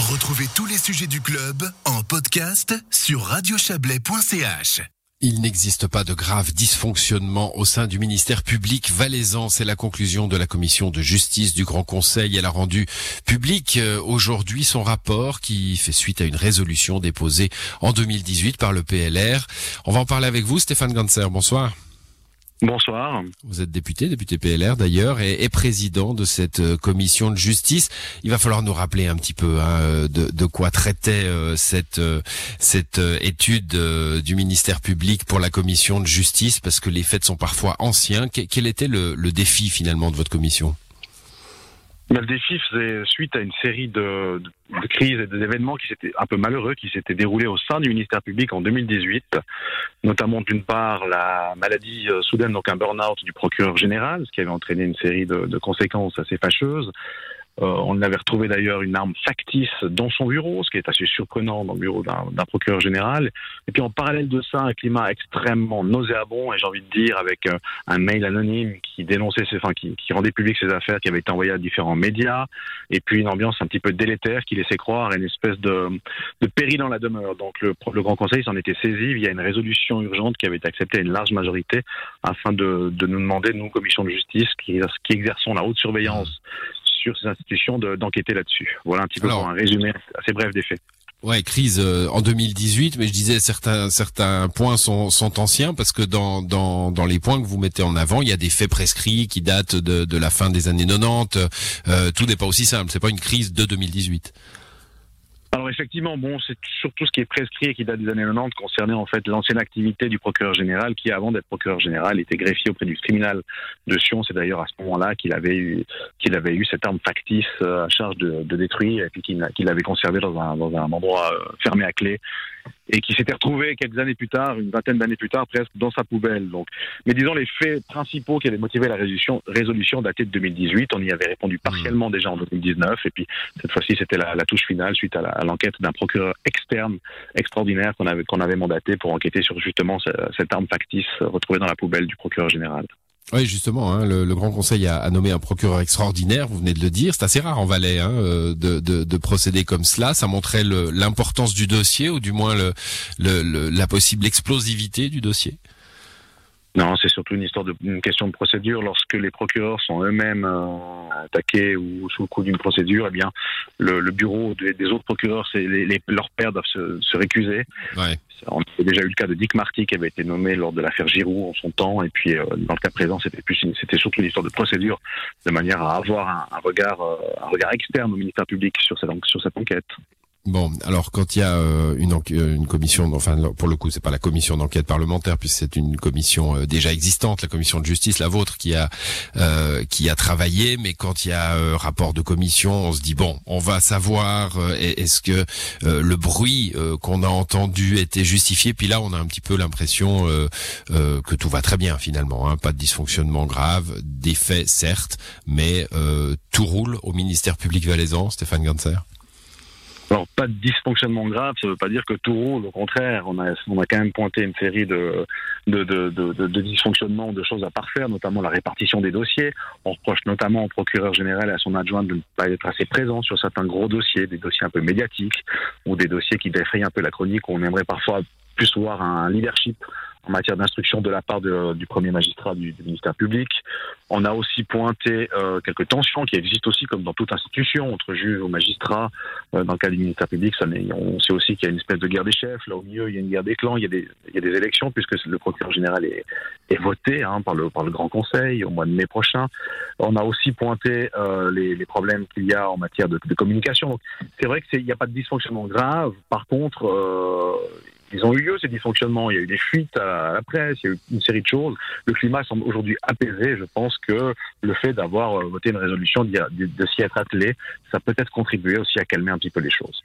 Retrouvez tous les sujets du club en podcast sur radiochablais.ch. Il n'existe pas de grave dysfonctionnement au sein du ministère public valaisan. C'est la conclusion de la commission de justice du Grand Conseil. Elle a rendu public aujourd'hui son rapport qui fait suite à une résolution déposée en 2018 par le PLR. On va en parler avec vous, Stéphane Ganser. Bonsoir. Bonsoir. Vous êtes député PLR d'ailleurs, et président de cette commission de justice. Il va falloir nous rappeler un petit peu de quoi traitait cette étude du ministère public pour la commission de justice, parce que les faits sont parfois anciens. Quel était le défi finalement de votre commission ? Le défi faisait suite à une série de crises et d'événements qui s'étaient un peu malheureux, qui s'étaient déroulés au sein du ministère public en 2018, notamment d'une part la maladie soudaine, donc un burn-out du procureur général, ce qui avait entraîné une série de conséquences assez fâcheuses. On avait retrouvé d'ailleurs une arme factice dans son bureau, ce qui est assez surprenant dans le bureau d'un procureur général. Et puis en parallèle de ça, un climat extrêmement nauséabond, et j'ai envie de dire avec un mail anonyme qui dénonçait, qui rendait public ses affaires, qui avait été envoyé à différents médias, et puis une ambiance un petit peu délétère qui laissait croire à une espèce de péril dans la demeure. Donc le Grand Conseil s'en était saisi via une résolution urgente qui avait été acceptée à une large majorité afin de nous demander, nous, commission de justice, qui exerçons la haute surveillance sur ces institutions, d'enquêter là-dessus. Voilà un petit peu pour un résumé assez bref des faits. Ouais, crise en 2018, mais je disais certains points sont anciens, parce que dans les points que vous mettez en avant, il y a des faits prescrits qui datent de la fin des années 90. Tout n'est pas aussi simple, c'est pas une crise de 2018. Alors effectivement, c'est surtout ce qui est prescrit et qui date des années 90 concernait en fait l'ancienne activité du procureur général qui, avant d'être procureur général, était greffier auprès du tribunal de Sion. C'est d'ailleurs à ce moment-là qu'il avait eu cette arme factice à charge de détruire, et puis qu'il avait conservée dans un endroit fermé à clé, et qui s'était retrouvé quelques années plus tard, une vingtaine d'années plus tard, presque dans sa poubelle. Donc, mais disons, les faits principaux qui avaient motivé la résolution dataient de 2018. On y avait répondu partiellement déjà en 2019, et puis cette fois-ci, c'était la touche finale suite à l'enquête d'un procureur externe extraordinaire qu'on avait mandaté pour enquêter sur justement cette arme factice retrouvée dans la poubelle du procureur général. Oui, justement, le Grand Conseil a nommé un procureur extraordinaire, vous venez de le dire. C'est assez rare en Valais de procéder comme cela. Ça montrait l'importance du dossier, ou du moins la possible explosivité du dossier. Non, c'est surtout une question de procédure. Lorsque les procureurs sont eux-mêmes attaqués ou sous le coup d'une procédure, eh bien, le bureau des autres procureurs, leurs pairs doivent se récuser. Ouais. On a déjà eu le cas de Dick Marty qui avait été nommé lors de l'affaire Giroud en son temps, et puis dans le cas présent, c'était surtout une histoire de procédure, de manière à avoir un regard externe au ministère public sur cette enquête. Bon, alors quand il y a une commission, enfin pour le coup c'est pas la commission d'enquête parlementaire puisque c'est une commission déjà existante, la commission de justice, la vôtre, qui a travaillé, mais quand il y a rapport de commission, on se dit bon, on va savoir est-ce que le bruit qu'on a entendu était justifié. Puis là on a un petit peu l'impression que tout va très bien finalement, pas de dysfonctionnement grave, des faits certes, mais tout roule au ministère public valaisan, Stéphane Ganser. Alors, pas de dysfonctionnement grave, ça veut pas dire que tout roule. Au contraire, on a quand même pointé une série de dysfonctionnements, de choses à parfaire, notamment la répartition des dossiers. On reproche notamment au procureur général et à son adjoint de ne pas être assez présent sur certains gros dossiers, des dossiers un peu médiatiques, ou des dossiers qui défrayent un peu la chronique, où on aimerait parfois plus voir un leadership en matière d'instruction de la part du premier magistrat du ministère public. On a aussi pointé quelques tensions qui existent aussi, comme dans toute institution, entre juges ou magistrats. Dans le cas du ministère public, on sait aussi qu'il y a une espèce de guerre des chefs. Là, au milieu, il y a une guerre des clans, il y a des élections, puisque le procureur général est voté par le Grand Conseil au mois de mai prochain. On a aussi pointé les problèmes qu'il y a en matière de communication. Donc, c'est vrai qu'il n'y a pas de dysfonctionnement grave. Par contre, ils ont eu lieu, ces dysfonctionnements. Il y a eu des fuites à la presse, il y a eu une série de choses. Le climat semble aujourd'hui apaisé. Je pense que le fait d'avoir voté une résolution, de s'y être attelé, ça peut être contribué aussi à calmer un petit peu les choses.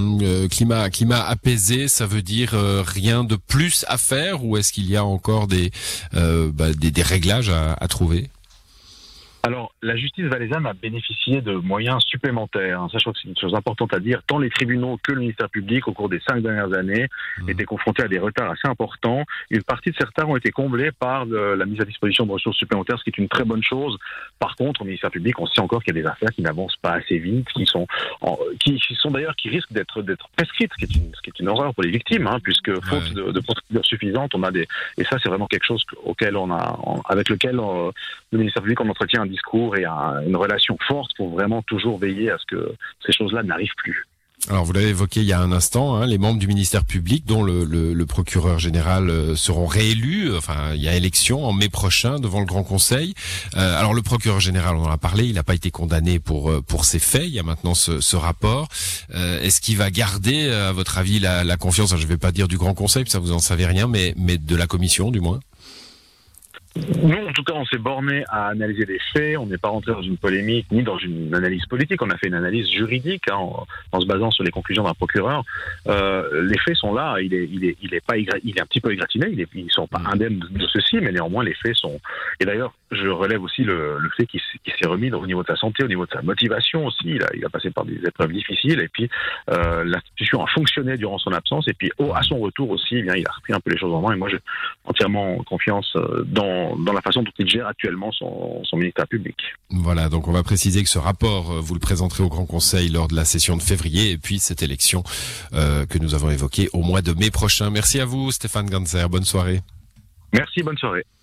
Climat apaisé, ça veut dire rien de plus à faire, ou est-ce qu'il y a encore des réglages à trouver ? Alors, la justice valaisanne a bénéficié de moyens supplémentaires. Ça, je trouve que c'est une chose importante à dire. Tant les tribunaux que le ministère public, au cours des 5 dernières années, étaient confrontés à des retards assez importants. Une partie de ces retards ont été comblés par la mise à disposition de ressources supplémentaires, ce qui est une très bonne chose. Par contre, au ministère public, on sait encore qu'il y a des affaires qui n'avancent pas assez vite, qui risquent d'être prescrites, ce qui est une horreur pour les victimes, puisque faute de procédures suffisantes, et ça, c'est vraiment quelque chose avec lequel le ministère public, on entretient un discours et une relation forte pour vraiment toujours veiller à ce que ces choses-là n'arrivent plus. Alors vous l'avez évoqué il y a un instant, les membres du ministère public, dont le procureur général, seront réélus. Enfin, il y a élection en mai prochain devant le Grand Conseil. Alors le procureur général, on en a parlé, il n'a pas été condamné pour ces faits. Il y a maintenant ce rapport. Est-ce qu'il va garder, à votre avis, la confiance, je ne vais pas dire du Grand Conseil, ça vous en savez rien, mais de la commission du moins? Nous, en tout cas, on s'est borné à analyser les faits. On n'est pas rentré dans une polémique ni dans une analyse politique. On a fait une analyse juridique en se basant sur les conclusions d'un procureur. Les faits sont là. Il est un petit peu égratigné. Ils sont pas indemnes de ceci, mais néanmoins les faits sont. Et d'ailleurs, je relève aussi le fait qu'il s'est remis au niveau de sa santé, au niveau de sa motivation aussi. Il a passé par des épreuves difficiles. Et puis l'institution a fonctionné durant son absence. Et puis à son retour aussi, il a repris un peu les choses en main. Et moi, j'ai entièrement confiance dans la façon dont il gère actuellement son ministère public. Voilà, donc on va préciser que ce rapport, vous le présenterez au Grand Conseil lors de la session de février, et puis cette élection que nous avons évoquée au mois de mai prochain. Merci à vous, Stéphane Ganser. Bonne soirée. Merci, bonne soirée.